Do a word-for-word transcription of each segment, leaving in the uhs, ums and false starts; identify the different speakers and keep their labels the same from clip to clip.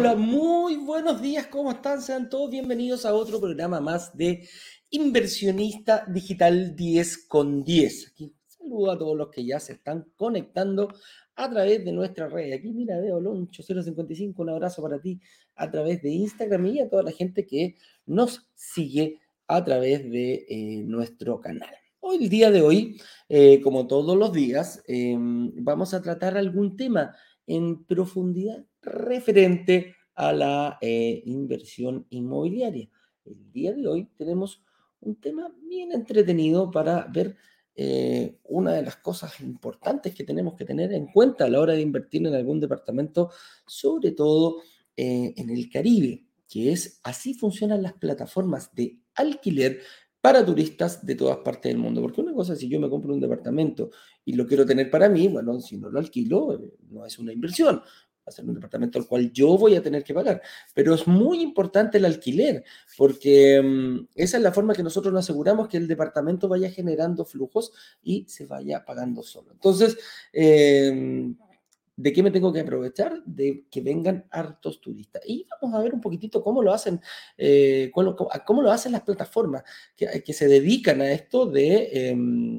Speaker 1: Hola, muy buenos días, ¿cómo están? Sean todos bienvenidos a otro programa más de Inversionista Digital diez con diez. Aquí saludo a todos los que ya se están conectando a través de nuestra red. Aquí, mira, veo Loncho cero cincuenta y cinco, un abrazo para ti a través de Instagram y a toda la gente que nos sigue a través de eh, nuestro canal. Hoy, el día de hoy, eh, como todos los días, eh, vamos a tratar algún tema en profundidad referente a la eh, inversión inmobiliaria. El día de hoy tenemos un tema bien entretenido para ver eh, una de las cosas importantes que tenemos que tener en cuenta a la hora de invertir en algún departamento, sobre todo eh, en el Caribe, que es así funcionan las plataformas de alquiler para turistas de todas partes del mundo. Porque una cosa es si yo me compro un departamento y lo quiero tener para mí, bueno, si no lo alquilo, eh, no es una inversión, va a ser un departamento al cual yo voy a tener que pagar. Pero es muy importante el alquiler, porque um, esa es la forma que nosotros nos aseguramos que el departamento vaya generando flujos y se vaya pagando solo. Entonces, eh, ¿de qué me tengo que aprovechar? De que vengan hartos turistas. Y vamos a ver un poquitito cómo lo hacen, eh, cómo, cómo, lo hacen las plataformas que, que se dedican a esto de... Eh,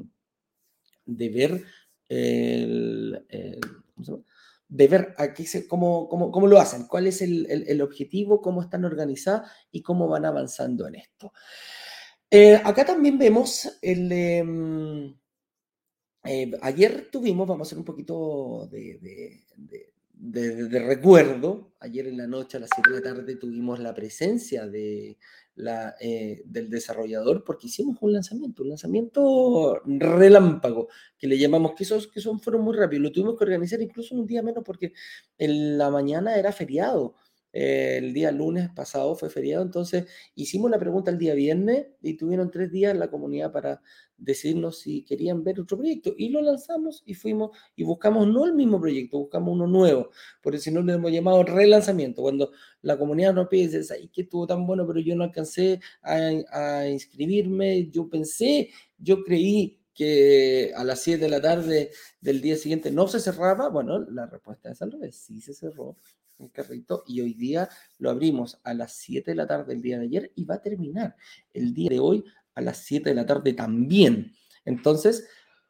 Speaker 1: de ver el, el, ¿cómo se llama? De ver a qué se, cómo, cómo, cómo lo hacen, cuál es el, el, el, objetivo, cómo están organizadas y cómo van avanzando en esto. Eh, acá también vemos el... Eh, eh, ayer tuvimos, vamos a hacer un poquito de, de, de, de, de recuerdo, ayer en la noche a las siete de la tarde tuvimos la presencia de la, eh, del desarrollador porque hicimos un lanzamiento, un lanzamiento relámpago, que le llamamos, que esos, que son, fueron muy rápidos, lo tuvimos que organizar incluso en un día menos porque en la mañana era feriado. Eh, el día lunes pasado fue feriado, entonces hicimos la pregunta el día viernes y tuvieron tres días en la comunidad para decirnos si querían ver otro proyecto y lo lanzamos y fuimos y buscamos no el mismo proyecto, buscamos uno nuevo, porque si no lo hemos llamado relanzamiento, cuando la comunidad nos pide, dice, ay, que estuvo tan bueno, pero yo no alcancé a, a inscribirme, yo pensé, yo creí que a las siete de la tarde del día siguiente no se cerraba. Bueno, la respuesta es al revés, sí se cerró el carrito y hoy día lo abrimos a las siete de la tarde del día de ayer y va a terminar el día de hoy a las siete de la tarde también. Entonces,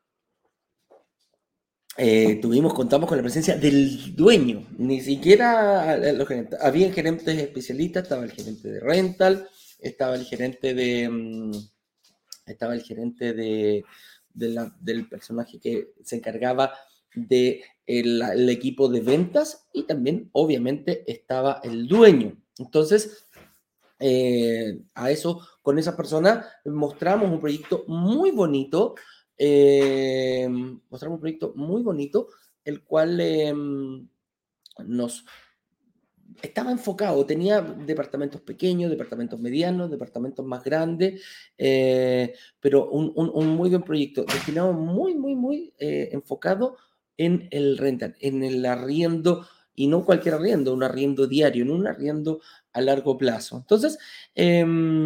Speaker 1: eh, tuvimos, contamos con la presencia del dueño, ni siquiera los gerentes. Había gerentes especialistas, estaba el gerente de rental, estaba el gerente de... Um, estaba el gerente de, de la, del personaje que se encargaba de el, el equipo de ventas y también, obviamente, estaba el dueño. Entonces, Eh, a eso, con esa persona, mostramos un proyecto muy bonito, eh, mostramos un proyecto muy bonito, el cual eh, nos estaba enfocado, tenía departamentos pequeños, departamentos medianos, departamentos más grandes, eh, pero un, un, un, muy buen proyecto, destinado muy, muy, muy eh, enfocado en el rental, en el arriendo, y no cualquier arriendo, un arriendo diario, no un arriendo a largo plazo. Entonces, eh,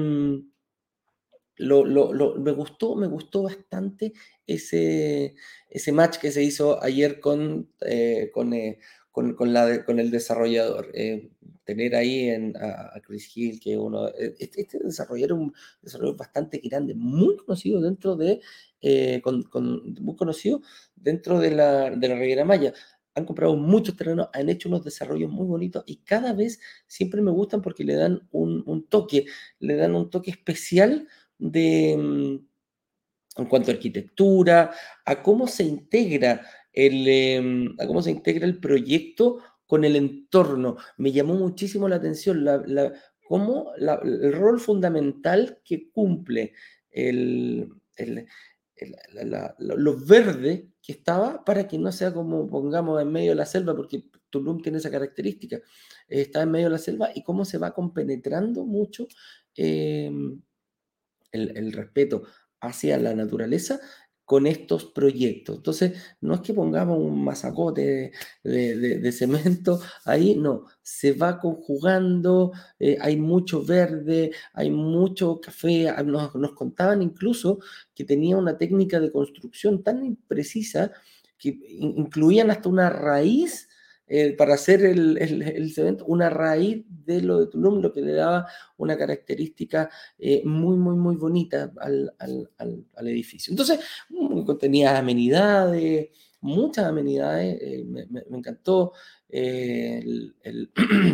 Speaker 1: lo, lo, lo, me gustó, me gustó bastante ese, ese match que se hizo ayer con, eh, con, eh, con, con, la, con el desarrollador. Eh, tener ahí en, a, a Chris Hill, que uno, este, este desarrollador es un desarrollador bastante grande, muy conocido dentro de, eh, con, con, muy conocido dentro de la, de la Riviera Maya. Han comprado muchos terrenos, han hecho unos desarrollos muy bonitos y cada vez siempre me gustan porque le dan un, un toque, le dan un toque especial de, en cuanto a arquitectura, a cómo se integra el, eh, a cómo se integra el proyecto con el entorno. Me llamó muchísimo la atención la, la, cómo la, el rol fundamental que cumple el, el, el la, la, lo verde que estaba para que no sea como, pongamos, en medio de la selva, porque Tulum tiene esa característica, eh, está en medio de la selva y cómo se va compenetrando mucho eh, el, el respeto hacia la naturaleza con estos proyectos. Entonces, no es que pongamos un masacote de, de, de cemento ahí, no, se va conjugando, eh, hay mucho verde, hay mucho café, nos, nos contaban incluso que tenía una técnica de construcción tan imprecisa que incluían hasta una raíz eh, para hacer el, el, el cemento, una raíz de lo de Tulum, lo que le daba una característica eh, muy, muy, muy bonita al, al, al, al edificio. Entonces, mm, contenía amenidades, muchas amenidades, eh, me, me, me, encantó eh, el, el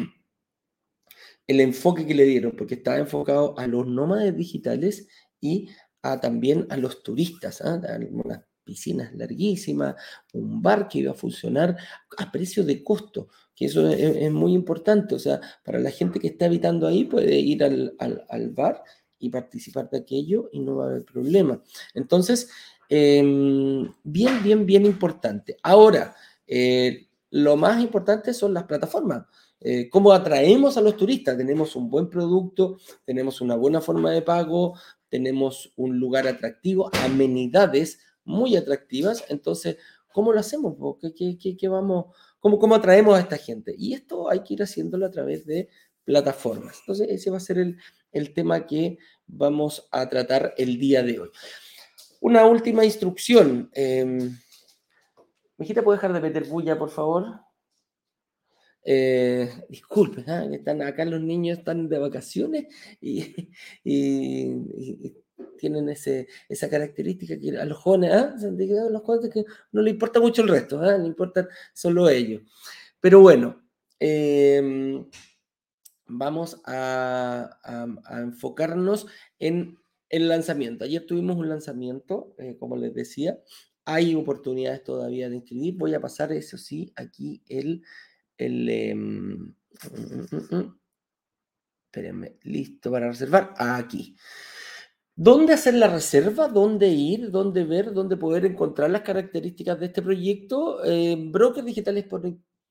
Speaker 1: el enfoque que le dieron, porque estaba enfocado a los nómades digitales y a, también a los turistas, ¿eh? Unas piscinas larguísimas, un bar que iba a funcionar a precio de costo, que eso es, es muy importante, o sea, para la gente que está habitando ahí puede ir al, al, al bar y participar de aquello y no va a haber problema. Entonces, eh, bien, bien, bien importante. Ahora, eh, lo más importante son las plataformas. Eh, ¿Cómo atraemos a los turistas? Tenemos un buen producto, tenemos una buena forma de pago, tenemos un lugar atractivo, amenidades muy atractivas. Entonces, ¿cómo lo hacemos? ¿Qué, qué, qué, qué vamos, cómo, ¿Cómo atraemos a esta gente? Y esto hay que ir haciéndolo a través de plataformas. Entonces, ese va a ser el, el tema que vamos a tratar el día de hoy. Una última instrucción. Eh, Mijita, ¿puede dejar de meter bulla, por favor? Eh, disculpen, ¿eh? Están acá los niños están de vacaciones y, y, y tienen ese, esa característica que a los jóvenes, ¿eh? A los jóvenes que no le importa mucho el resto, ¿eh? Le importan solo ellos. Pero bueno, eh, vamos a, a, a, enfocarnos en el lanzamiento. Ayer tuvimos un lanzamiento, eh, como les decía, hay oportunidades todavía de inscribir. Voy a pasar, eso sí, aquí el el... Eh, mm, mm, mm, espérenme, listo para reservar. Aquí. ¿Dónde hacer la reserva? ¿Dónde ir? ¿Dónde ver? ¿Dónde poder encontrar las características de este proyecto? Eh, brokers digitales por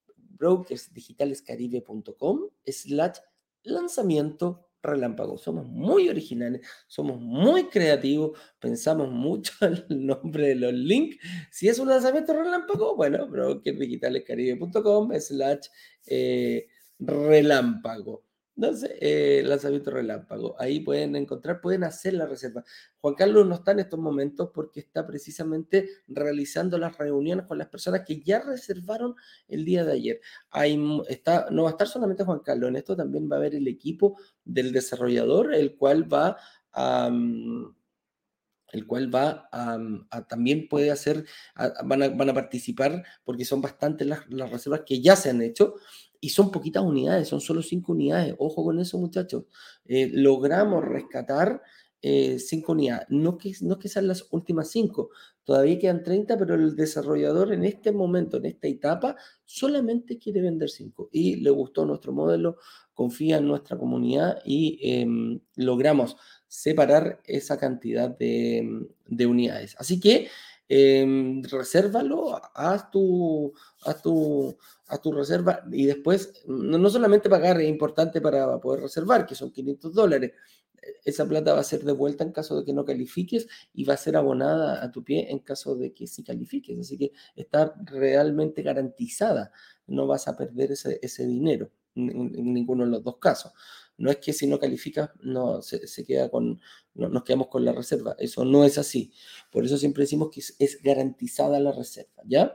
Speaker 1: brokersdigitalescaribe punto com slash lanzamiento relámpago. Somos muy originales, somos muy creativos, pensamos mucho en el nombre de los links. Si es un lanzamiento relámpago, bueno, brokersdigitalescaribe punto com slash eh, relámpago. Entonces, eh, lanzamiento relámpago. Ahí pueden encontrar, pueden hacer la reserva. Juan Carlos no está en estos momentos porque está precisamente realizando las reuniones con las personas que ya reservaron el día de ayer. Hay, está, no va a estar solamente Juan Carlos, en esto también va a haber el equipo del desarrollador, el cual va a... Um, el cual va a, a también puede hacer, a, van, a, van a participar porque son bastantes las, las reservas que ya se han hecho y son poquitas unidades, son solo cinco unidades. Ojo con eso, muchachos. Eh, logramos rescatar eh, cinco unidades. No que, no que sean las últimas cinco, todavía quedan treinta, pero el desarrollador en este momento, en esta etapa, solamente quiere vender cinco y le gustó nuestro modelo, confía en nuestra comunidad y eh, logramos separar esa cantidad de, de unidades. Así que eh, resérvalo, haz tu, haz, tu, haz tu reserva y después no, no solamente pagar es importante para poder reservar, que son quinientos dólares. Esa plata va a ser devuelta en caso de que no califiques y va a ser abonada a tu pie en caso de que sí califiques. Así que está realmente garantizada. No vas a perder ese, ese dinero en, en ninguno de los dos casos. No es que si no calificas no, se, se queda con, no, nos quedamos con la reserva. Eso no es así. Por eso siempre decimos que es, es garantizada la reserva, ¿ya?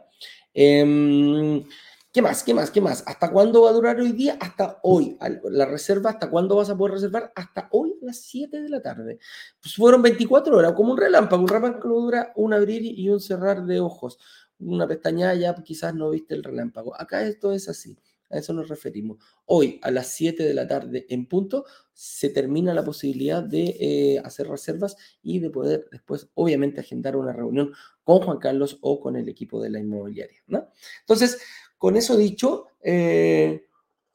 Speaker 1: Eh, ¿Qué más? ¿Qué más? ¿Qué más? ¿Hasta cuándo va a durar hoy día? Hasta hoy. La reserva, ¿hasta cuándo vas a poder reservar? Hasta hoy a las siete de la tarde. Pues fueron veinticuatro horas, como un relámpago. Un relámpago dura un abrir y un cerrar de ojos. Una pestañada ya quizás no viste el relámpago. Acá esto es así. A eso nos referimos. Hoy a las siete de la tarde en punto se termina la posibilidad de eh, hacer reservas y de poder después, obviamente, agendar una reunión con Juan Carlos o con el equipo de la inmobiliaria, ¿no? Entonces, con eso dicho, eh,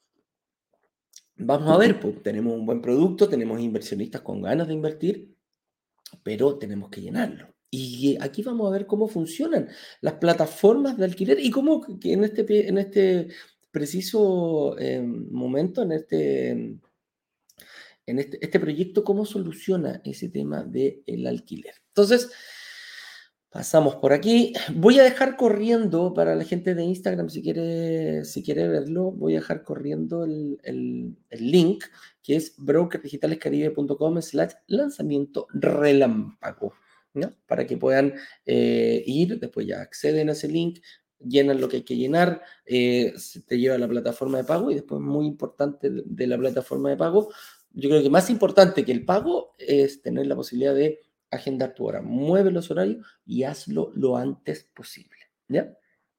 Speaker 1: vamos a ver, pues tenemos un buen producto, tenemos inversionistas con ganas de invertir, pero tenemos que llenarlo. Y aquí vamos a ver cómo funcionan las plataformas de alquiler y cómo que en este, en este preciso eh, momento, en este, en este, este proyecto, cómo soluciona ese tema del alquiler. Entonces, pasamos por aquí. Voy a dejar corriendo para la gente de Instagram, si quiere, si quiere verlo, voy a dejar corriendo el, el, el link, que es brokersdigitalescaribe punto com slash lanzamiento relámpago, ¿no? Para que puedan eh, ir, después ya acceden a ese link, llenas lo que hay que llenar, eh, se te lleva a la plataforma de pago y después muy importante de, de la plataforma de pago, yo creo que más importante que el pago es tener la posibilidad de agendar tu hora. Mueve los horarios y hazlo lo antes posible, ¿ya?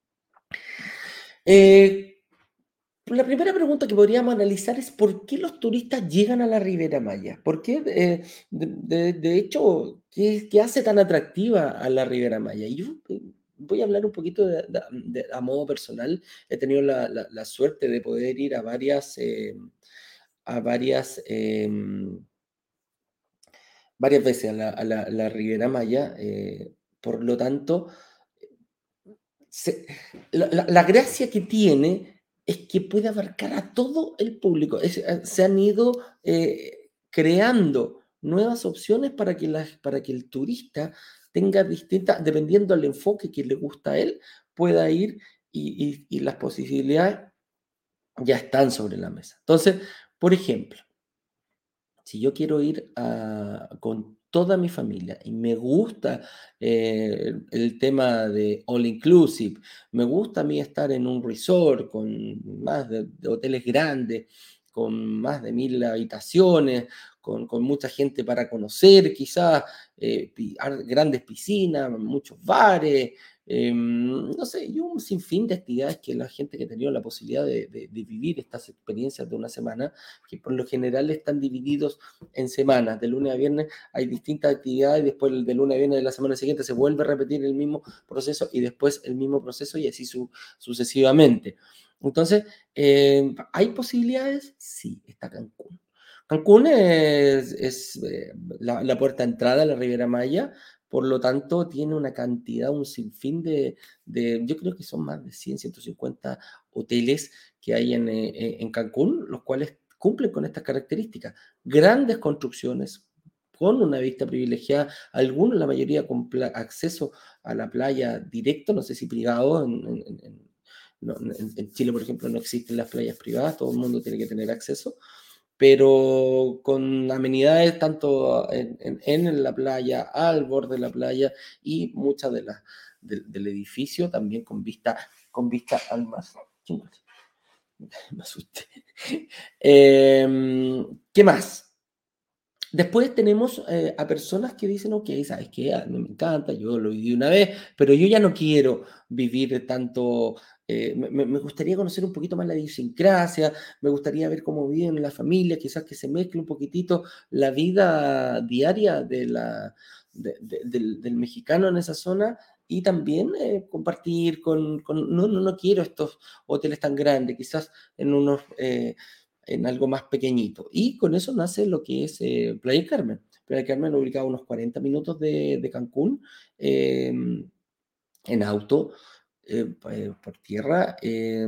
Speaker 1: Eh, la primera pregunta que podríamos analizar es por qué los turistas llegan a la Riviera Maya. ¿Por qué? Eh, de, de- de hecho, ¿qué, qué hace tan atractiva a la Riviera Maya? Y yo eh, voy a hablar un poquito de, de- de- a modo personal. He tenido la, la- la suerte de poder ir a varias, eh, a varias, em, varias veces a la, a la- la Riviera Maya. Eh, por lo tanto, se- la, la- la gracia que tiene es que puede abarcar a todo el público. Es- eh, se han ido eh, creando nuevas opciones para que, las, para que el turista tenga distintas, dependiendo del enfoque que le gusta a él, pueda ir y, y- y las posibilidades ya están sobre la mesa. Entonces, por ejemplo, si yo quiero ir a con toda mi familia y me gusta, eh, el el tema de all inclusive, me gusta a mí estar en un resort con más de de hoteles grandes, con más de mil habitaciones, con con mucha gente para conocer, quizás, eh, pi ar grandes piscinas, muchos bares, em, no sé, y un sinfín de actividades que la gente que ha tenido la posibilidad de de de vivir estas experiencias de una semana, que por lo general están divididos en semanas, de lunes a viernes hay distintas actividades, después de lunes a viernes de la semana siguiente se vuelve a repetir el mismo proceso y después el mismo proceso y así su, sucesivamente. Entonces, eh, ¿hay posibilidades? Sí, está Cancún. Cancún es, es eh, la, la puerta de entrada a la Riviera Maya, por lo tanto tiene una cantidad, un sinfín de, de yo creo que son más de cien, ciento cincuenta hoteles que hay en, eh, en Cancún, los cuales cumplen con estas características. Grandes construcciones con una vista privilegiada, algunos, la mayoría con acceso a la playa directo, no sé si privado, en, en, en, no, en, en Chile, por ejemplo, no existen las playas privadas, todo el mundo tiene que tener acceso, pero con amenidades tanto en, en, en la playa, al borde de la playa y muchas de las de, del edificio también con vista, con vista al mar. Me asusté. Eh, ¿Qué más? Después tenemos eh, a personas que dicen, ok, ¿sabes qué? A mí me encanta, yo lo viví una vez, pero yo ya no quiero vivir tanto, eh, me, me- me gustaría conocer un poquito más la idiosincrasia, me gustaría ver cómo viven las familias, quizás que se mezcle un poquitito la vida diaria de la, de- de- del, del mexicano en esa zona y también eh, compartir con, con- no, no, no quiero estos hoteles tan grandes, quizás en unos... eh, en algo más pequeñito. Y con eso nace lo que es eh, Playa del Carmen. Playa del Carmen, ubicado a unos cuarenta minutos de, de Cancún, eh, en auto, eh, pa- eh, por tierra, eh,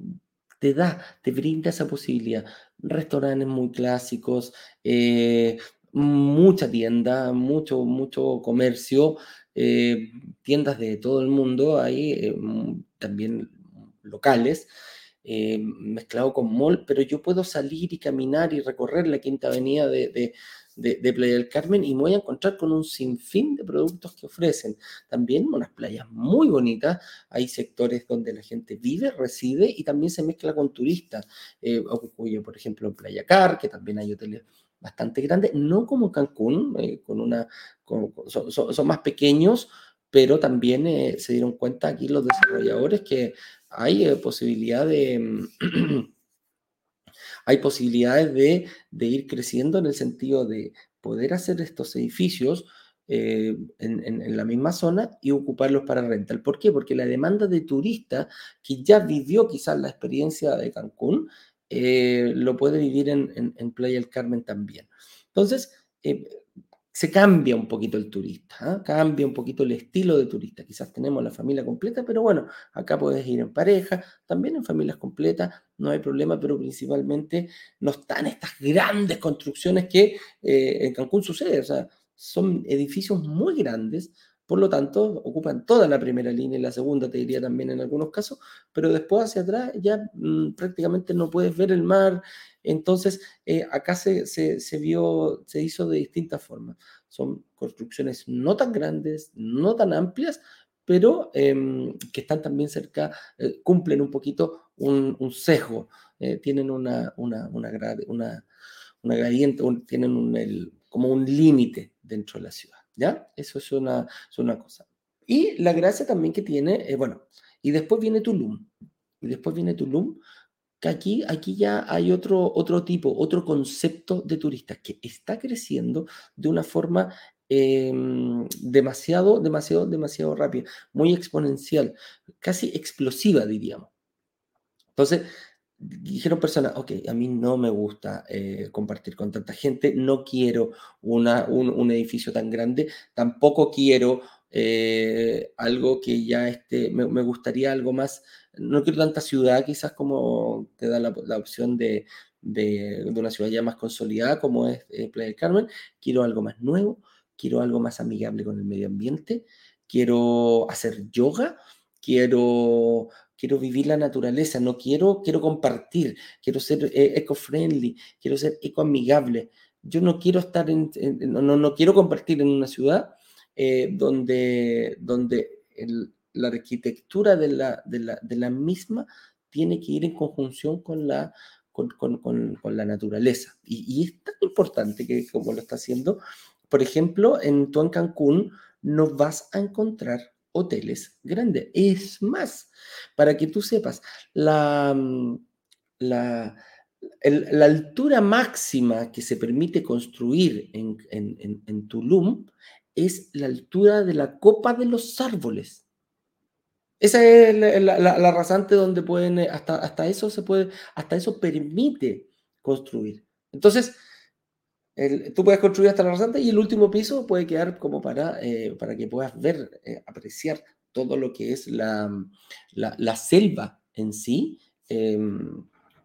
Speaker 1: te da, te brinda esa posibilidad. Restaurantes muy clásicos, eh, mucha tienda, mucho, mucho comercio, eh, tiendas de todo el mundo, hay eh, mm, también locales, eh, mezclado con mall, pero yo puedo salir y caminar y recorrer la Quinta Avenida de, de, de, de Playa del Carmen y me voy a encontrar con un sinfín de productos que ofrecen. También unas playas muy bonitas, hay sectores donde la gente vive, reside y también se mezcla con turistas. Eh, ocurre, por ejemplo, en Playa Car, que también hay hoteles bastante grandes, no como Cancún, eh, con una, con- con- son, son- son más pequeños, pero también eh, se dieron cuenta aquí los desarrolladores que hay eh, posibilidad de, mm, hay posibilidades de, de ir creciendo en el sentido de poder hacer estos edificios eh, en, en- en la misma zona y ocuparlos para rental. ¿Por qué? Porque la demanda de turistas que ya vivió quizás la experiencia de Cancún, eh, lo puede vivir en, en- en Playa del Carmen también. Entonces, eh, se cambia un poquito el turista, ¿ah? Cambia un poquito el estilo de turista. Quizás tenemos la familia completa, pero bueno, acá puedes ir en pareja, también en familias completas, no hay problema, pero principalmente no están estas grandes construcciones que eh, en Cancún sucede. O sea, son edificios muy grandes, por lo tanto, ocupan toda la primera línea y la segunda, te diría también en algunos casos, pero después hacia atrás ya mm, prácticamente no puedes ver el mar. Entonces, eh, acá se, se, se vio, se hizo de distintas formas. Son construcciones no tan grandes, no tan amplias, pero eh, que están también cerca, eh, cumplen un poquito un, un sesgo, eh, tienen una, una, una, grad- una, una gradiente, un- tienen un, el- como un límite dentro de la ciudad, ¿ya? Eso es una, es una cosa. Y la gracia también que tiene, eh, bueno, y después viene Tulum, y después viene Tulum, que aquí, aquí ya hay otro, otro tipo, otro concepto de turistas que está creciendo de una forma eh, demasiado, demasiado, demasiado rápida, muy exponencial, casi explosiva, diríamos. Entonces, dijeron personas, ok, a mí no me gusta eh, compartir con tanta gente, no quiero una, un, un edificio tan grande, tampoco quiero eh, algo que ya esté, me, me gustaría algo más, no quiero tanta ciudad quizás como te da la, la opción de, de, de una ciudad ya más consolidada como es eh, Playa del Carmen, quiero algo más nuevo, quiero algo más amigable con el medio ambiente, quiero hacer yoga, quiero quiero vivir la naturaleza, no quiero, quiero compartir, quiero ser eh, eco-friendly, quiero ser eco-amigable. Yo no quiero estar en, en- no, no, no quiero compartir en una ciudad eh, donde, donde el- la arquitectura de la, de la, de la misma tiene que ir en conjunción con la, con, con, con, con la naturaleza. Y, y es tan importante que como lo está haciendo, por ejemplo, en, tú en Cancún no vas a encontrar hoteles grandes. Es más, para que tú sepas, la, mm, la, el- la altura máxima que se permite construir en, en- en- en Tulum es la altura de la copa de los árboles. Esa es la, la- la- la rasante donde pueden, eh, hasta, hasta eso se puede, hasta eso permite construir. Entonces, el- tú puedes construir hasta la rasante y el último piso puede quedar como para, eh, para que puedas ver, eh, apreciar todo lo que es la, la, la selva en sí. em,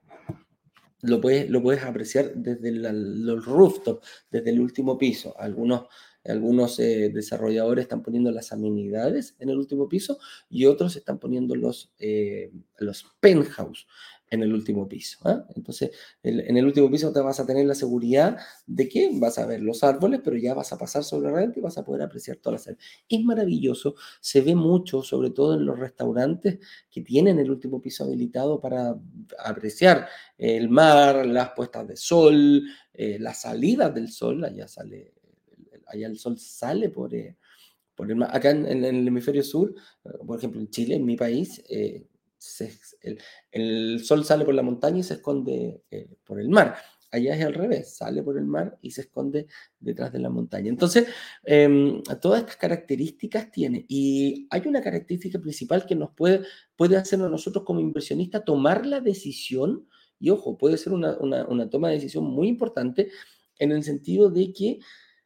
Speaker 1: lo puedes, lo puedes apreciar desde la- los rooftops, desde el último piso. Algunos, algunos eh, desarrolladores están poniendo las amenidades en el último piso y otros están poniendo los, eh, los penthouse en el último piso. ¿Ah? Entonces, el- en el último piso te vas a tener la seguridad de que vas a ver los árboles, pero ya vas a pasar sobre la renta y vas a poder apreciar toda la selva. Es maravilloso, se ve mucho, sobre todo en los restaurantes que tienen el último piso habilitado para apreciar el mar, las puestas de sol, eh, las salidas del sol, allá sale, allá el sol sale por, eh, por el mar. Acá en, en el hemisferio sur, eh, por ejemplo en Chile, en mi país, eh, se- el, el sol sale por la montaña y se esconde eh, por el mar. Allá es al revés, sale por el mar y se esconde detrás de la montaña. Entonces, em, todas estas características tiene. Y hay una característica principal que nos puede, puede hacernos nosotros como inversionistas tomar la decisión, y ojo, puede ser una, una, una toma de decisión muy importante en el sentido de que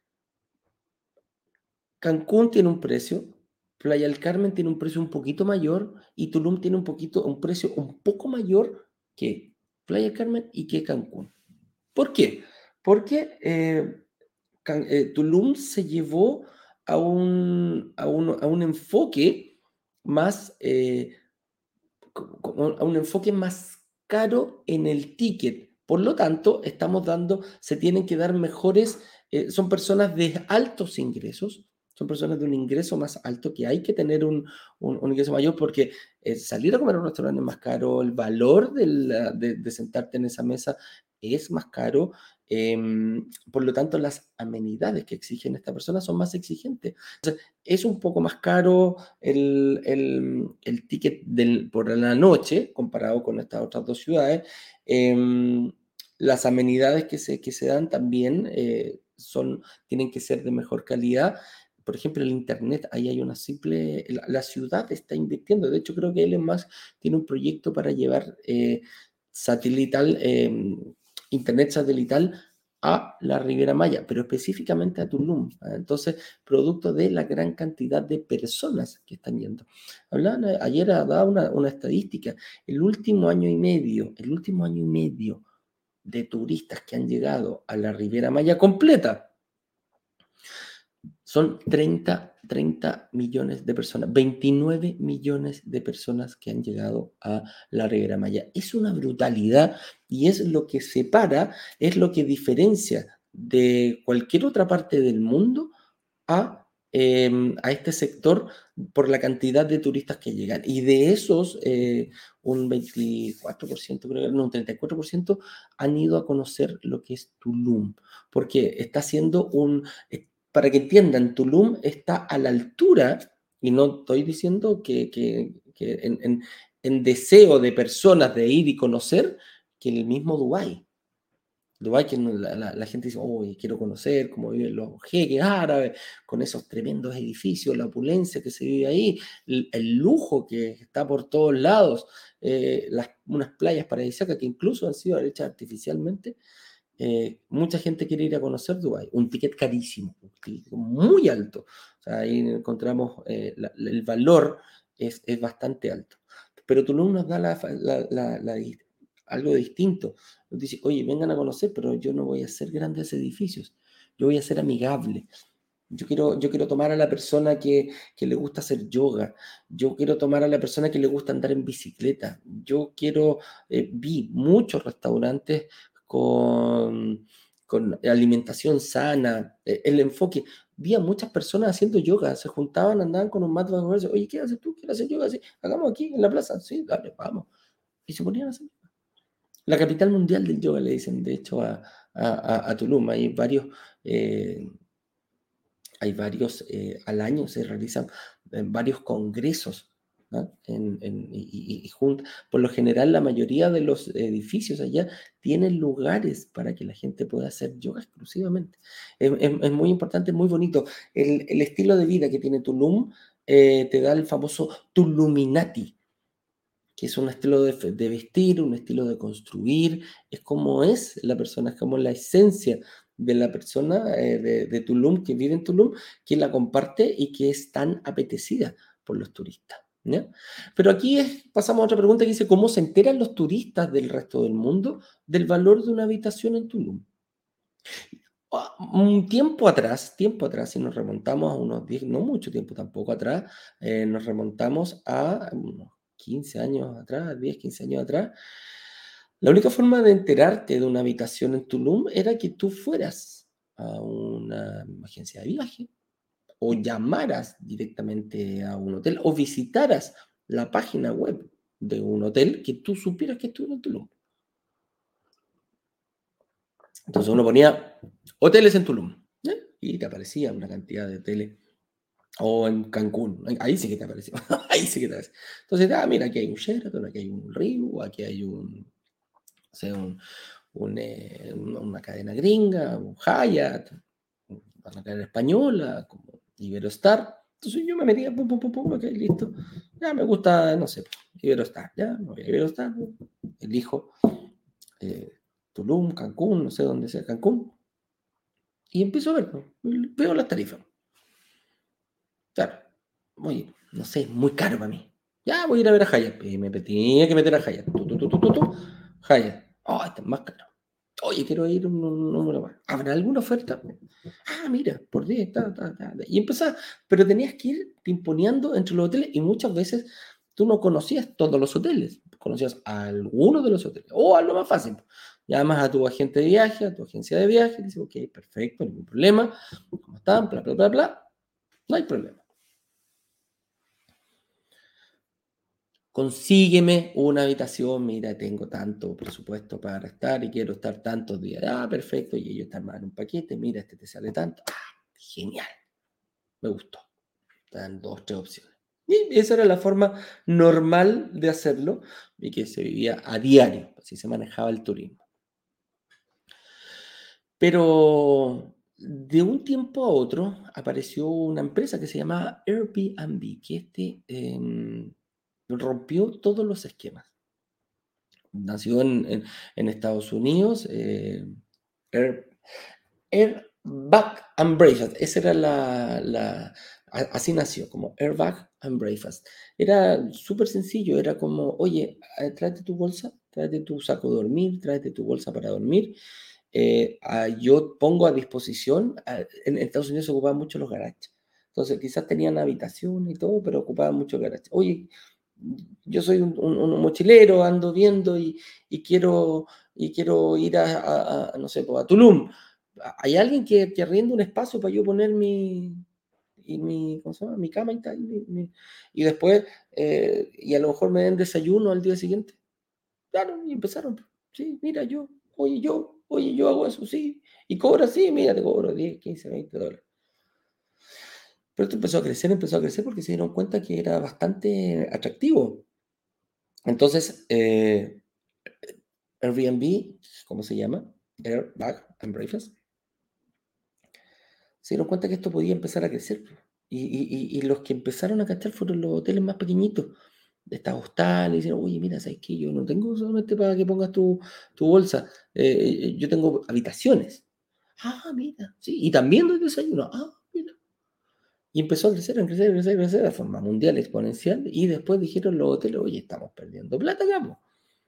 Speaker 1: Cancún tiene un precio, Playa del Carmen tiene un precio un poquito mayor y Tulum tiene un poquito, un precio un poco mayor que Playa del Carmen y que Cancún. ¿Por qué? Porque eh, Can- eh, Tulum se llevó a un, a un, a un enfoque más, eh, co- co- a un enfoque más caro en el ticket. Por lo tanto, estamos dando, se tienen que dar mejores, eh, son personas de altos ingresos, son personas de un ingreso más alto, que hay que tener un, un- un ingreso mayor porque eh, salir a comer a un restaurante es más caro, el valor de, la- de- de sentarte en esa mesa es más caro, em, por lo tanto las amenidades que exigen esta persona son más exigentes. Es un poco más caro el, el- el ticket del- por la noche comparado con estas otras dos ciudades. Em, las amenidades que se, que se dan también eh, son, tienen que ser de mejor calidad. Por ejemplo, el Internet, ahí hay una simple, la, la ciudad está invirtiendo. De hecho, creo que Elon Musk tiene un proyecto para llevar eh, satelital, em, Internet satelital a la Riviera Maya, pero específicamente a Tulum. ¿Ah? Entonces, producto de la gran cantidad de personas que están yendo. Hablaban, eh, ayer daba una, una estadística, el último año y medio, el último año y medio de turistas que han llegado a la Riviera Maya completa son treinta treinta millones de personas, veintinueve millones de personas que han llegado a la Riviera Maya. Es una brutalidad y es lo que separa, es lo que diferencia de cualquier otra parte del mundo a eh, a este sector por la cantidad de turistas que llegan. Y de esos, eh, un veinticuatro por ciento, creo que no, un treinta y cuatro por ciento han ido a conocer lo que es Tulum, porque está haciendo un, eh, para que entiendan, Tulum está a la altura, y no estoy diciendo que, que- que en, en- en deseo de personas de ir y conocer, que el mismo Dubái. Dubái, que no- la, la- la gente dice, oh, quiero conocer cómo viven los jeques árabes, con esos tremendos edificios, la opulencia que se vive ahí, el, el lujo que está por todos lados, eh, las, unas playas paradisíacas que incluso han sido hechas artificialmente. Eh, mucha gente quiere ir a conocer Dubái, un ticket carísimo, un ticket muy alto. O sea, ahí encontramos eh, la- la- el valor es, es bastante alto. Pero Tulum nos da la, fa- la- la- la di- algo distinto. Nos dice, oye, vengan a conocer, pero yo no voy a hacer grandes edificios, yo voy a ser amigable. Yo quiero, yo quiero tomar a la persona que, que le gusta hacer yoga. Yo quiero tomar a la persona que le gusta andar en bicicleta. Yo quiero, eh, vi muchos restaurantes con, con alimentación sana, eh, el enfoque. Vi a muchas personas haciendo yoga, se juntaban, andaban con un mat bajo el brazo. Oye, ¿qué haces tú? ¿Quieres hacer yoga? Sí, hagamos aquí en la plaza. Sí, dale, vamos. Y se ponían a hacer. La capital mundial del yoga le dicen, de hecho, a, a, a- a Tulum. Hay varios. eh, hay varios, eh, al año se realizan eh, varios congresos, ¿no? En, en- y, y- y jun- por lo general, la mayoría de los edificios allá tienen lugares para que la gente pueda hacer yoga exclusivamente. Es, es- es muy importante, muy bonito. El, el estilo de vida que tiene Tulum eh, te da el famoso Tuluminati, que es un estilo de, fe- de vestir, un estilo de construir, es como es la persona, es como la esencia de la persona eh, de, de Tulum, que vive en Tulum, que la comparte y que es tan apetecida por los turistas. ¿Ya? Pero aquí es- pasamos a otra pregunta que dice, ¿cómo se enteran los turistas del resto del mundo del valor de una habitación en Tulum? Ah, Un tiempo atrás, tiempo atrás, si nos remontamos a unos diez, no mucho tiempo tampoco atrás, eh, nos remontamos a unos quince años atrás, diez, quince años atrás, la única forma de enterarte de una habitación en Tulum era que tú fueras a una agencia de viaje o llamaras directamente a un hotel o visitaras la página web de un hotel que tú supieras que estuviera en Tulum. Entonces uno ponía hoteles en Tulum, ¿eh? Y te aparecía una cantidad de hoteles. O en Cancún, ahí sí que te apareció, ahí sí que te apareció. Entonces, ah, mira, aquí hay un Sheraton, aquí hay un Riu, aquí hay un, o sea, un, un, eh, una una cadena gringa, un Hyatt, una cadena española, como Iberostar. Entonces yo me metía, pum, pum, pum, pum, ok, listo. Ya me gusta, no sé, Iberostar, ya, me voy a Iberostar, elijo eh, Tulum, Cancún, no sé dónde sea Cancún, y empiezo a ver, pues, veo las tarifas. Claro, oye, no sé, muy caro para mí. Ya voy a ir a ver a Hyatt. Y me tenía que meter a Hyatt. Tu, tu, tu, tu, tu, tu. Hyatt. Oh, este es más caro. Oye, quiero ir un un número más. ¿Habrá alguna oferta? Ah, mira, por diez, ta, ta, ta. Y empezaba, pero tenías que ir pimponeando entre los hoteles y muchas veces tú no conocías todos los hoteles, conocías a algunos de los hoteles, o a lo más fácil. Llamas a tu agente de viaje, a tu agencia de viaje, y dices, ok, perfecto, ningún problema, ¿cómo están? Bla, bla, bla, bla. No hay problema. Consígueme una habitación, mira, tengo tanto presupuesto para estar y quiero estar tantos días. Ah, perfecto, y ellos te arman un paquete, mira, este te sale tanto. Ah, genial, me gustó. Te dan dos, tres opciones. Y esa era la forma normal de hacerlo y que se vivía a diario, así se manejaba el turismo. Pero de un tiempo a otro apareció una empresa que se llamaba Airbnb, que este em, rompió todos los esquemas. Nació en, en- en Estados Unidos, eh, Air, Airbag and Breakfast, esa era la, la- a- así nació, como Airbag and Breakfast. Era súper sencillo, era como, oye, eh, tráete tu bolsa, tráete tu saco de dormir, tráete tu bolsa para dormir. Eh, ah, yo pongo a disposición, ah, en Estados Unidos se ocupaban mucho los garages. Entonces, quizás tenían habitación y todo, pero ocupaban mucho garaje. Oye, yo soy un, un- un mochilero, ando viendo y, y quiero, y quiero ir a, a- a, no sé, pues, a Tulum. ¿Hay alguien que, que arriende un espacio para yo poner mi...? y mi, ¿cómo se llama? Mi cama y tal. Y, mi- y después, eh, y a lo mejor me den desayuno al día siguiente. Claro, y empezaron. Sí, mira, yo, oye, yo, oye, yo hago eso, sí. Y cobra, sí, mira, te cobro diez, quince, veinte dólares. Pero esto empezó a crecer, empezó a crecer porque se dieron cuenta que era bastante atractivo. Entonces, eh, Airbnb, ¿cómo se llama? Air, Bag and Breakfast, se dieron cuenta que esto podía empezar a crecer. Y, y- y- y los que empezaron a cachar fueron los hoteles más pequeñitos, de estas hostales, y dicen, oye, mira, ¿sabes qué? Yo no tengo solamente para que pongas tu, tu bolsa, eh, yo tengo habitaciones. Ah, mira, sí, y también doy desayuno. Ah, mira. Y empezó a crecer, a crecer, a crecer, a crecer de forma mundial, exponencial, y después dijeron los hoteles, oye, estamos perdiendo plata, acá, po.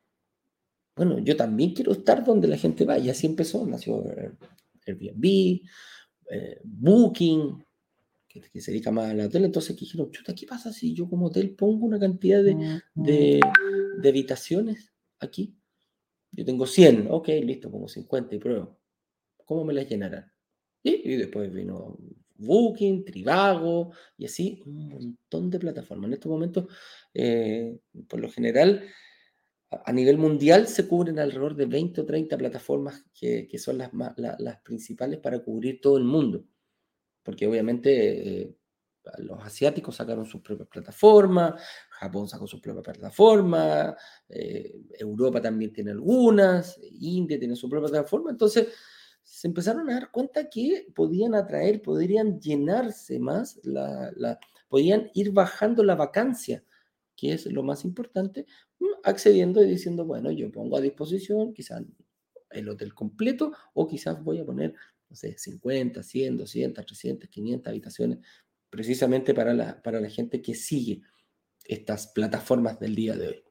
Speaker 1: Bueno, yo también quiero estar donde la gente va, y así empezó, nació Air- Airbnb, eh, Booking, que, que se dedica más al hotel. Entonces que dijeron, chuta, ¿qué pasa si yo como hotel pongo una cantidad de, de, de habitaciones aquí? Yo tengo cien, ok, listo, pongo cincuenta y pruebo. ¿Cómo me las llenarán? Y, y después vino Booking, Trivago, y así un montón de plataformas. En estos momentos, eh, por lo general, a a nivel mundial se cubren alrededor de veinte o treinta plataformas que, que son las, más, la- las principales para cubrir todo el mundo. Porque obviamente eh, los asiáticos sacaron sus propias plataformas, Japón sacó sus propias plataformas, eh, Europa también tiene algunas, India tiene su propia plataforma. Entonces se empezaron a dar cuenta que podían atraer, podrían llenarse más, la, la, podían ir bajando la vacancia, que es lo más importante, mm, accediendo y diciendo, bueno, yo pongo a disposición quizás el hotel completo o quizás voy a poner, no sé, cincuenta, cien, doscientas, trescientas, quinientas habitaciones, precisamente para la, para la gente que sigue estas plataformas del día de hoy.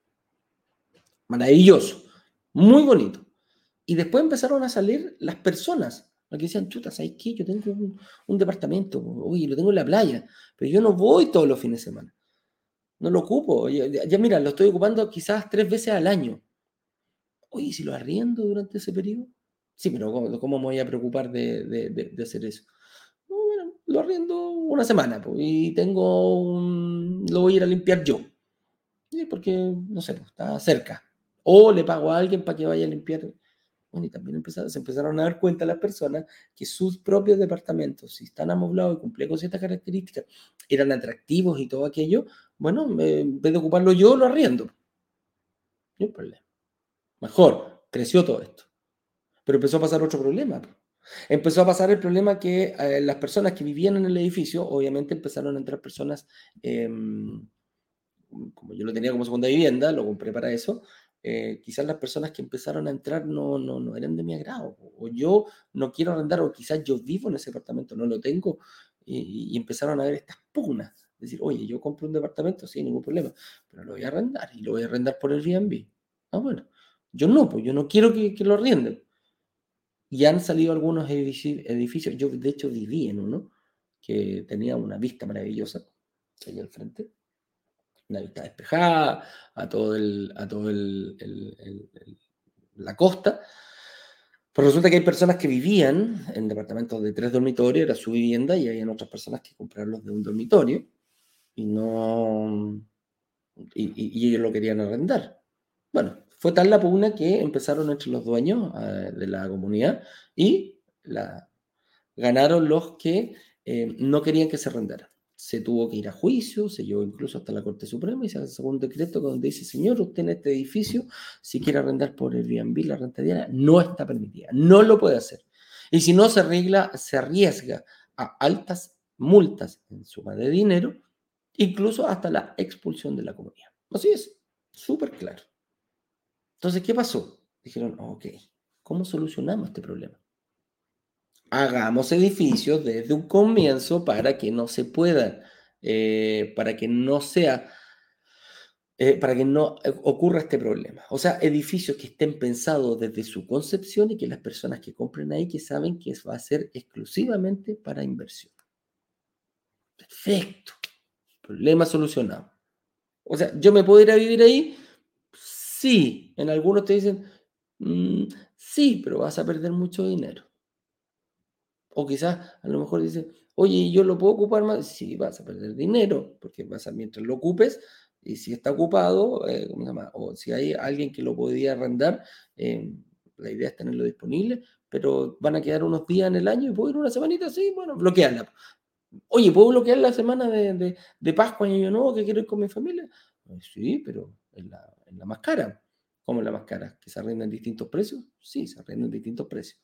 Speaker 1: Maravilloso, muy bonito. Y después empezaron a salir las personas, las que decían, chuta, ¿sabes qué? Yo tengo un, un departamento, oye, lo tengo en la playa, pero yo no voy todos los fines de semana, no lo ocupo. Ya, ya, ya mira, lo estoy ocupando quizás tres veces al año. Oye, ¿y si lo arriendo durante ese periodo? Sí, pero ¿cómo, cómo me voy a preocupar de, de- de- de hacer eso? No, bueno, lo arriendo una semana, pues, y tengo un... lo voy a ir a limpiar yo. Sí, porque, no sé, pues, está cerca. O le pago a alguien para que vaya a limpiar. Bueno, y también empezaron, se empezaron a dar cuenta las personas que sus propios departamentos, si están amoblados y cumplían con ciertas características, eran atractivos y todo aquello, bueno, me- en vez de ocuparlo yo, lo arriendo. No hay problema. Mejor, creció todo esto. Pero empezó a pasar otro problema. Empezó a pasar el problema que eh, las personas que vivían en el edificio, obviamente empezaron a entrar personas, eh, como yo lo tenía como segunda vivienda, lo compré para eso, eh, quizás las personas que empezaron a entrar no, no, no eran de mi agrado, o yo no quiero arrendar, o quizás yo vivo en ese departamento, no lo tengo, y, y empezaron a ver estas pugnas. Decir, oye, yo compro un departamento, sin ningún problema, pero lo voy a arrendar, y lo voy a arrendar por el Airbnb. Ah, bueno, yo no, pues yo no quiero que, que lo arrienden. Y han salido algunos edifici- edificios, yo de hecho viví en uno que tenía una vista maravillosa, ahí al frente, una vista despejada a todo el, a todo el, el- el- el- la costa. Pues resulta que hay personas que vivían en departamentos de tres dormitorios, era su vivienda, y habían otras personas que compraron los de un dormitorio y no, y, y- y ellos lo querían arrendar. Bueno, fue tal la pugna que empezaron entre los dueños eh, de la comunidad y la, ganaron los que eh, no querían que se arrendara. Se tuvo que ir a juicio, se llevó incluso hasta la Corte Suprema y se sacó un decreto donde dice, señor, usted en este edificio, si quiere arrendar por Airbnb, la renta diaria no está permitida, no lo puede hacer. Y si no se arregla, se arriesga a altas multas en suma de dinero, incluso hasta la expulsión de la comunidad. Así es, súper claro. Entonces, ¿qué pasó? Dijeron, ok, ¿cómo solucionamos este problema? Hagamos edificios desde un comienzo para que no se puedan, eh, para que no sea, eh, para que no eh, ocurra este problema. O sea, edificios que estén pensados desde su concepción y que las personas que compren ahí que saben que va a ser exclusivamente para inversión. Perfecto. Problema solucionado. O sea, ¿yo me puedo ir a vivir ahí? Sí. En algunos te dicen, "Mm, sí, pero vas a perder mucho dinero". O quizás a lo mejor dice, oye, ¿yo lo puedo ocupar más? Sí, vas a perder dinero, porque vas a, mientras lo ocupes, y si está ocupado, eh, ¿cómo se llama? O si hay alguien que lo podía arrendar, eh, la idea es tenerlo disponible, pero van a quedar unos días en el año y puedo ir una semanita, sí, bueno, bloquearla. Oye, ¿puedo bloquear la semana de, de, de Pascua y Año Nuevo que quiero ir con mi familia? Eh, Sí, pero es la, es la más cara. ¿Cómo es la más cara? ¿Que se arrenda en distintos precios? Sí, se arrenda en distintos precios,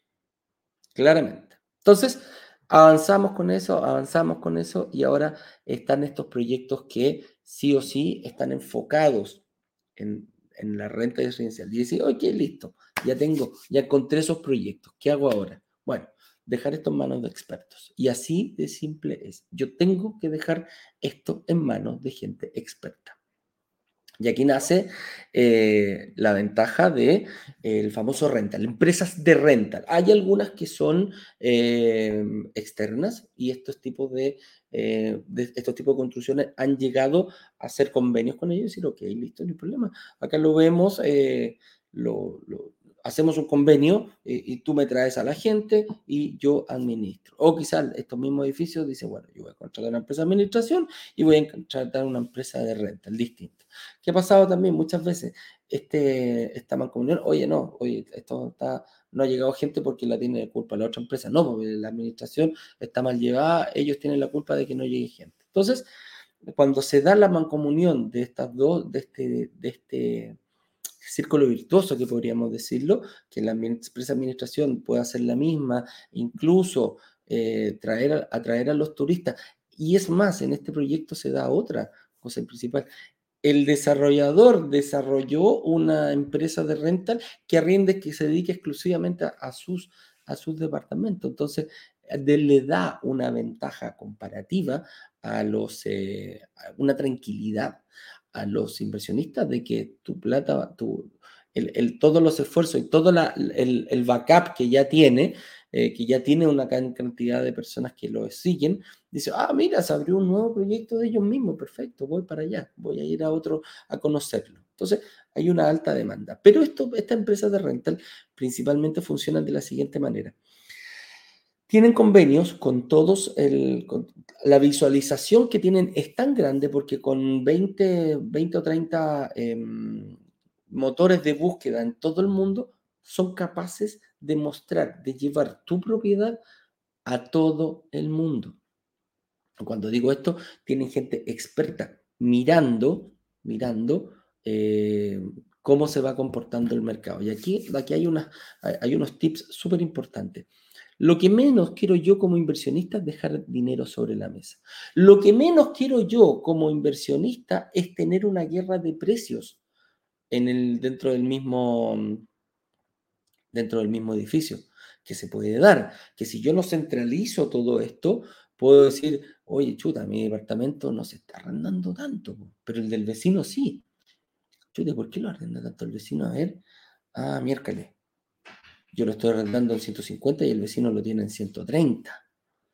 Speaker 1: claramente. Entonces, avanzamos con eso, avanzamos con eso y ahora están estos proyectos que sí o sí están enfocados en, en la renta residencial. Y decir, ok, listo, ya tengo, ya encontré esos proyectos. ¿Qué hago ahora? Bueno, dejar esto en manos de expertos. Y así de simple es. Yo tengo que dejar esto en manos de gente experta. Y aquí nace eh, la ventaja de, eh, el famoso rental, empresas de rental. Hay algunas que son eh, externas y estos tipos de, eh, de- estos tipos de construcciones han llegado a hacer convenios con ellos y decir, ok, listo, no hay problema. Acá lo vemos, eh, lo, lo- hacemos un convenio eh, y tú me traes a la gente y yo administro. O quizás estos mismos edificios dicen, bueno, yo voy a contratar una empresa de administración y voy a contratar una empresa de rental, distinto. ¿Qué ha pasado también muchas veces? Este, esta mancomunión, oye, no, oye, esto está, no ha llegado gente porque la tiene de culpa la otra empresa. No, porque la administración está mal llevada, ellos tienen la culpa de que no llegue gente. Entonces, cuando se da la mancomunión de estas dos, de este, de este círculo virtuoso que podríamos decirlo, que la empresa administración puede hacer la misma, incluso eh, traer, atraer a los turistas. Y es más, en este proyecto se da otra cosa principal. El desarrollador desarrolló una empresa de rental que arriende, que se dedique exclusivamente a, a sus, a sus departamentos. Entonces, de, le da una ventaja comparativa a los, eh, a una tranquilidad a los inversionistas de que tu plata, tu, el, el, todos los esfuerzos y todo la, el, el, backup que ya tiene, eh, que ya tiene una cantidad de personas que lo siguen, dice, ah, mira, se abrió un nuevo proyecto de ellos mismos, perfecto, voy para allá, voy a ir a otro a conocerlo. Entonces, hay una alta demanda. Pero esto, esta empresa de rental principalmente funcionan de la siguiente manera. Tienen convenios con todos, el, con, la visualización que tienen es tan grande porque con veinte, veinte o treinta eh, motores de búsqueda en todo el mundo son capaces de mostrar, de llevar tu propiedad a todo el mundo. Cuando digo esto, tienen gente experta mirando, mirando eh, cómo se va comportando el mercado. Y aquí, aquí hay, una, hay unos tips súper importantes. Lo que menos quiero yo como inversionista es dejar dinero sobre la mesa. Lo que menos quiero yo como inversionista es tener una guerra de precios en el, dentro del mismo, dentro del mismo edificio, que se puede dar, que si yo no centralizo todo esto, puedo decir, oye, chuta, mi departamento no se está arrendando tanto, pero el del vecino sí. Chuta, ¿por qué lo arrenda tanto el vecino? A ver, ah, miércoles, yo lo estoy arrendando en ciento cincuenta y el vecino lo tiene en ciento treinta.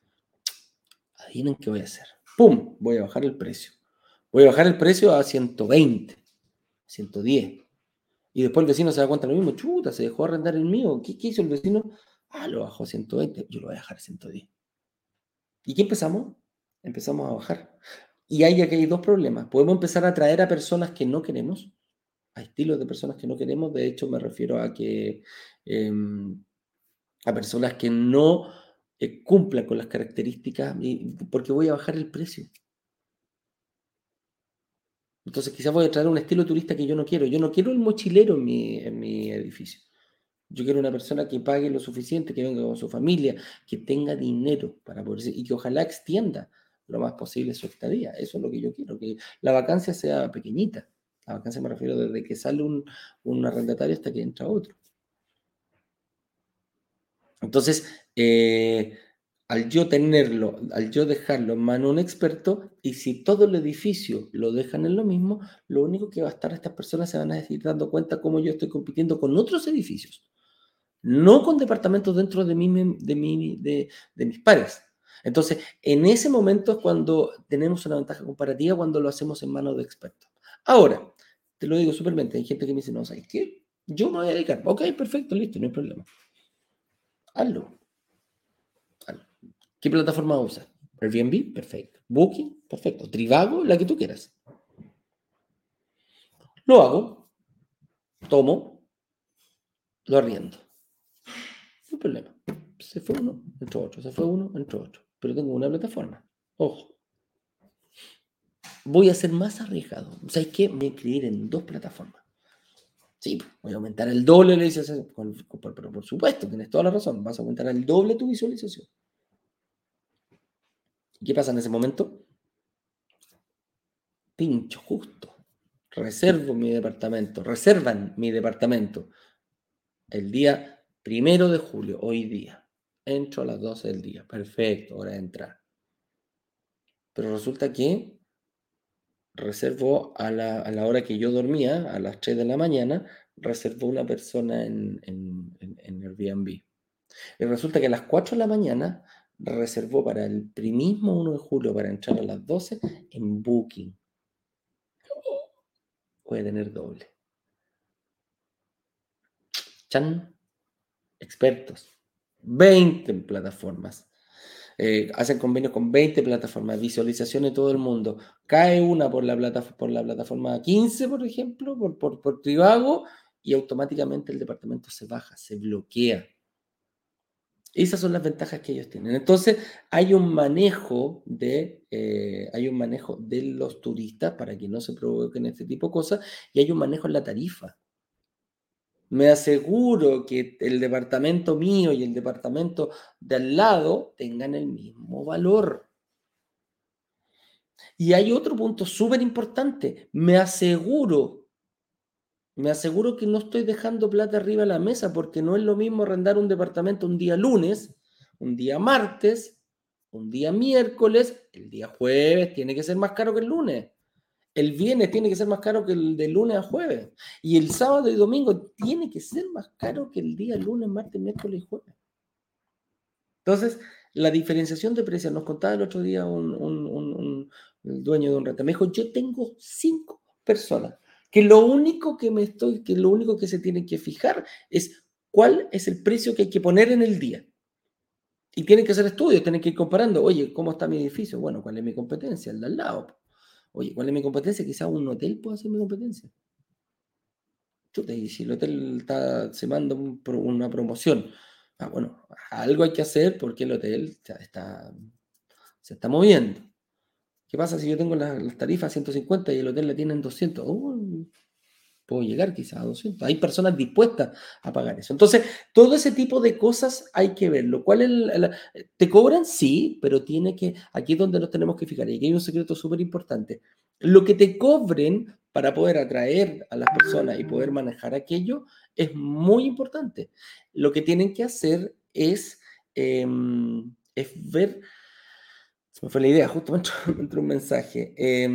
Speaker 1: Adivinen qué voy a hacer. ¡Pum! Voy a bajar el precio. Voy a bajar el precio a ciento veinte, ciento diez. Y después el vecino se da cuenta de lo mismo. Chuta, se dejó arrendar el mío. ¿Qué, qué hizo el vecino? Ah, lo bajó a ciento veinte. Yo lo voy a dejar a ciento diez. ¿Y qué empezamos? Empezamos a bajar. Y hay aquí hay dos problemas. Podemos empezar a atraer a personas que no queremos, a estilos de personas que no queremos. De hecho, me refiero a que eh, a personas que no eh, cumplan con las características, y, porque voy a bajar el precio. Entonces, quizás voy a traer un estilo turista que yo no quiero. Yo no quiero el mochilero en mi, en mi edificio. Yo quiero una persona que pague lo suficiente, que venga con su familia, que tenga dinero para poder y que ojalá extienda lo más posible su estadía. Eso es lo que yo quiero, que la vacancia sea pequeñita. La vacancia me refiero desde que sale un, un arrendatario hasta que entra otro. Entonces, eh, al yo tenerlo, al yo dejarlo en mano de un experto, y si todo el edificio lo dejan en lo mismo, lo único que va a estar, estas personas se van a ir dando cuenta cómo yo estoy compitiendo con otros edificios, no con departamentos dentro de, mi, de, mi, de, de mis pares. Entonces, en ese momento es cuando tenemos una ventaja comparativa, cuando lo hacemos en manos de expertos. Ahora, te lo digo súpermente, hay gente que me dice, no, ¿sabes qué? Yo me voy a dedicar. Ok, perfecto, listo, no hay problema. Hazlo. ¿Qué plataforma usas? Airbnb, perfecto. Booking, perfecto. Trivago, la que tú quieras. Lo hago, tomo, lo arriendo. No hay problema. Se fue uno, entró otro. Se fue uno, entró otro. Pero tengo una plataforma. Ojo. Voy a ser más arriesgado. ¿Sabes qué? Me voy a inscribir en dos plataformas. Sí, voy a aumentar el doble la visualización. Pero por supuesto, tienes toda la razón. Vas a aumentar el doble tu visualización. ¿Y qué pasa en ese momento? Pincho justo. Reservo mi departamento. Reservan mi departamento el día primero de julio, hoy día. Entro a las doce del día. Perfecto, hora de entrar. Pero resulta que reservó a la, a la hora que yo dormía, a las tres de la mañana, reservó una persona en, en, en, en Airbnb. Y resulta que a las cuatro de la mañana reservó para el mismo uno de julio para entrar a las doce en Booking. Voy a tener doble. Chan, expertos. veinte plataformas. Eh, hacen convenios con veinte plataformas, visualización de todo el mundo. Cae una por la, plata, por la plataforma quince, por ejemplo, por, por, por Trivago, y automáticamente el departamento se baja, se bloquea. Esas son las ventajas que ellos tienen. Entonces, hay un manejo de, eh, hay un manejo de los turistas para que no se provoquen este tipo de cosas, y hay un manejo en la tarifa. Me aseguro que el departamento mío y el departamento de al lado tengan el mismo valor. Y hay otro punto súper importante. Me aseguro, me aseguro que no estoy dejando plata arriba de la mesa, porque no es lo mismo arrendar un departamento un día lunes, un día martes, un día miércoles, el día jueves tiene que ser más caro que el lunes. El viernes tiene que ser más caro que el de lunes a jueves. Y el sábado y domingo tiene que ser más caro que el día lunes, martes, miércoles y jueves. Entonces, la diferenciación de precios, nos contaba el otro día un, un, un, un el dueño de un renta, me dijo, yo tengo cinco personas, que lo único que me estoy, que lo único que se tienen que fijar es cuál es el precio que hay que poner en el día. Y tienen que hacer estudios, tienen que ir comparando, oye, ¿cómo está mi edificio? Bueno, ¿cuál es mi competencia? El de al lado. Oye, ¿cuál es mi competencia? Quizás un hotel pueda ser mi competencia. Chuta, y si el hotel está, se manda un, una promoción, ah, bueno, algo hay que hacer porque el hotel está, está, se está moviendo. ¿Qué pasa si yo tengo las, las tarifas ciento cincuenta y el hotel la tiene en doscientos? Uh, puedo llegar quizás a doscientos. Hay personas dispuestas a pagar eso. Entonces, todo ese tipo de cosas hay que verlo. ¿Cuál es la, la, ¿Te cobran? Sí, pero tiene que, aquí es donde nos tenemos que fijar. Y aquí hay un secreto súper importante. Lo que te cobren para poder atraer a las personas y poder manejar aquello es muy importante. Lo que tienen que hacer es, eh, es ver, se me fue la idea, justo me entró, me entró un mensaje, eh,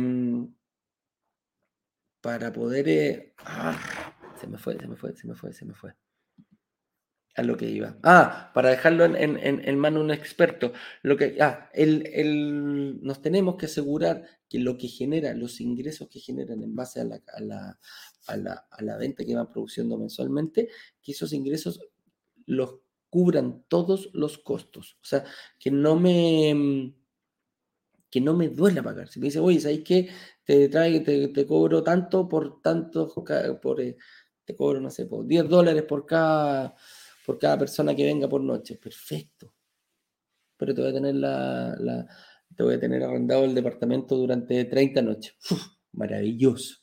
Speaker 1: para poder, eh, ah, se me fue, se me fue, se me fue, se me fue. A lo que iba. Ah, para dejarlo en, en, en, en mano de un experto. Lo que, ah, el, el, nos tenemos que asegurar que lo que genera, los ingresos que generan en base a la, a la, a la, a la venta que van produciendo mensualmente, que esos ingresos los cubran todos los costos. O sea, que no me, que no me duela pagar. Si me dice, oye, ¿sabes qué? Te, trae, te, te cobro tanto por tantos, por, eh, te cobro, no sé, por diez dólares por cada, por cada persona que venga por noche. Perfecto. Pero te voy a tener la, la te voy a tener arrendado el departamento durante treinta noches. Uf, maravilloso.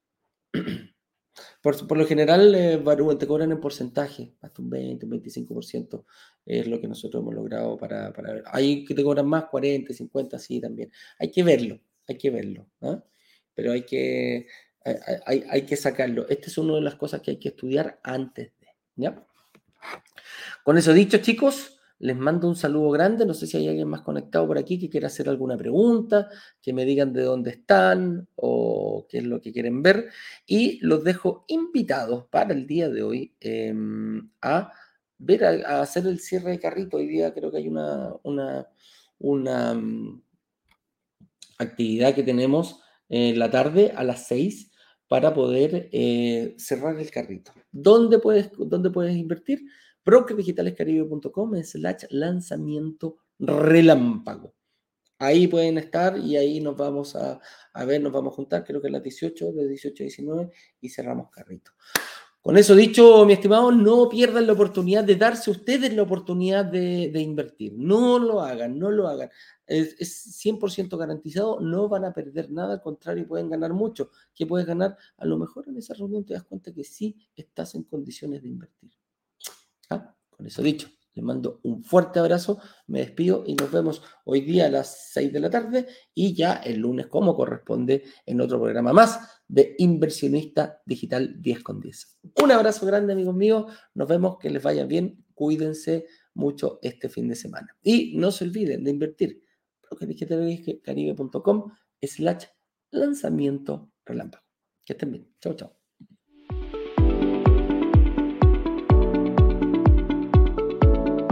Speaker 1: Por, por lo general, eh, varían, te cobran en porcentaje, hasta un veinte, un veinticinco por ciento es lo que nosotros hemos logrado para, para ver. Hay que te cobran más, cuarenta, cincuenta, sí, también. Hay que verlo, hay que verlo, ¿no? Pero hay que, hay, hay, hay que sacarlo. Esta es una de las cosas que hay que estudiar antes de, ¿ya? Con eso dicho, chicos, les mando un saludo grande. No sé si hay alguien más conectado por aquí que quiera hacer alguna pregunta, que me digan de dónde están o qué es lo que quieren ver. Y los dejo invitados para el día de hoy eh, a ver, a, a, hacer el cierre de carrito. Hoy día creo que hay una, una, una um, actividad que tenemos en la tarde a las seis para poder eh, cerrar el carrito. ¿Dónde puedes, dónde puedes invertir? broker digitales caribe punto com slash lanzamiento relámpago. Ahí pueden estar y ahí nos vamos a, a ver, nos vamos a juntar, creo que a las dieciocho, de dieciocho a diecinueve, y cerramos carrito. Con eso dicho, mi estimado, no pierdan la oportunidad de darse ustedes la oportunidad de, de invertir. No lo hagan, no lo hagan. Es, es cien por ciento garantizado, no van a perder nada, al contrario, pueden ganar mucho. ¿Qué puedes ganar? A lo mejor en esa reunión te das cuenta que sí estás en condiciones de invertir. ¿Ah? Con eso dicho, les mando un fuerte abrazo, me despido y nos vemos hoy día a las seis de la tarde y ya el lunes, como corresponde, en otro programa más de Inversionista Digital diez con diez. Un abrazo grande, amigos míos, nos vemos, que les vaya bien, cuídense mucho este fin de semana. Y no se olviden de invertir brokerdigitalicaribe punto com slash lanzamiento relámpago. Que estén bien. Chao, chao.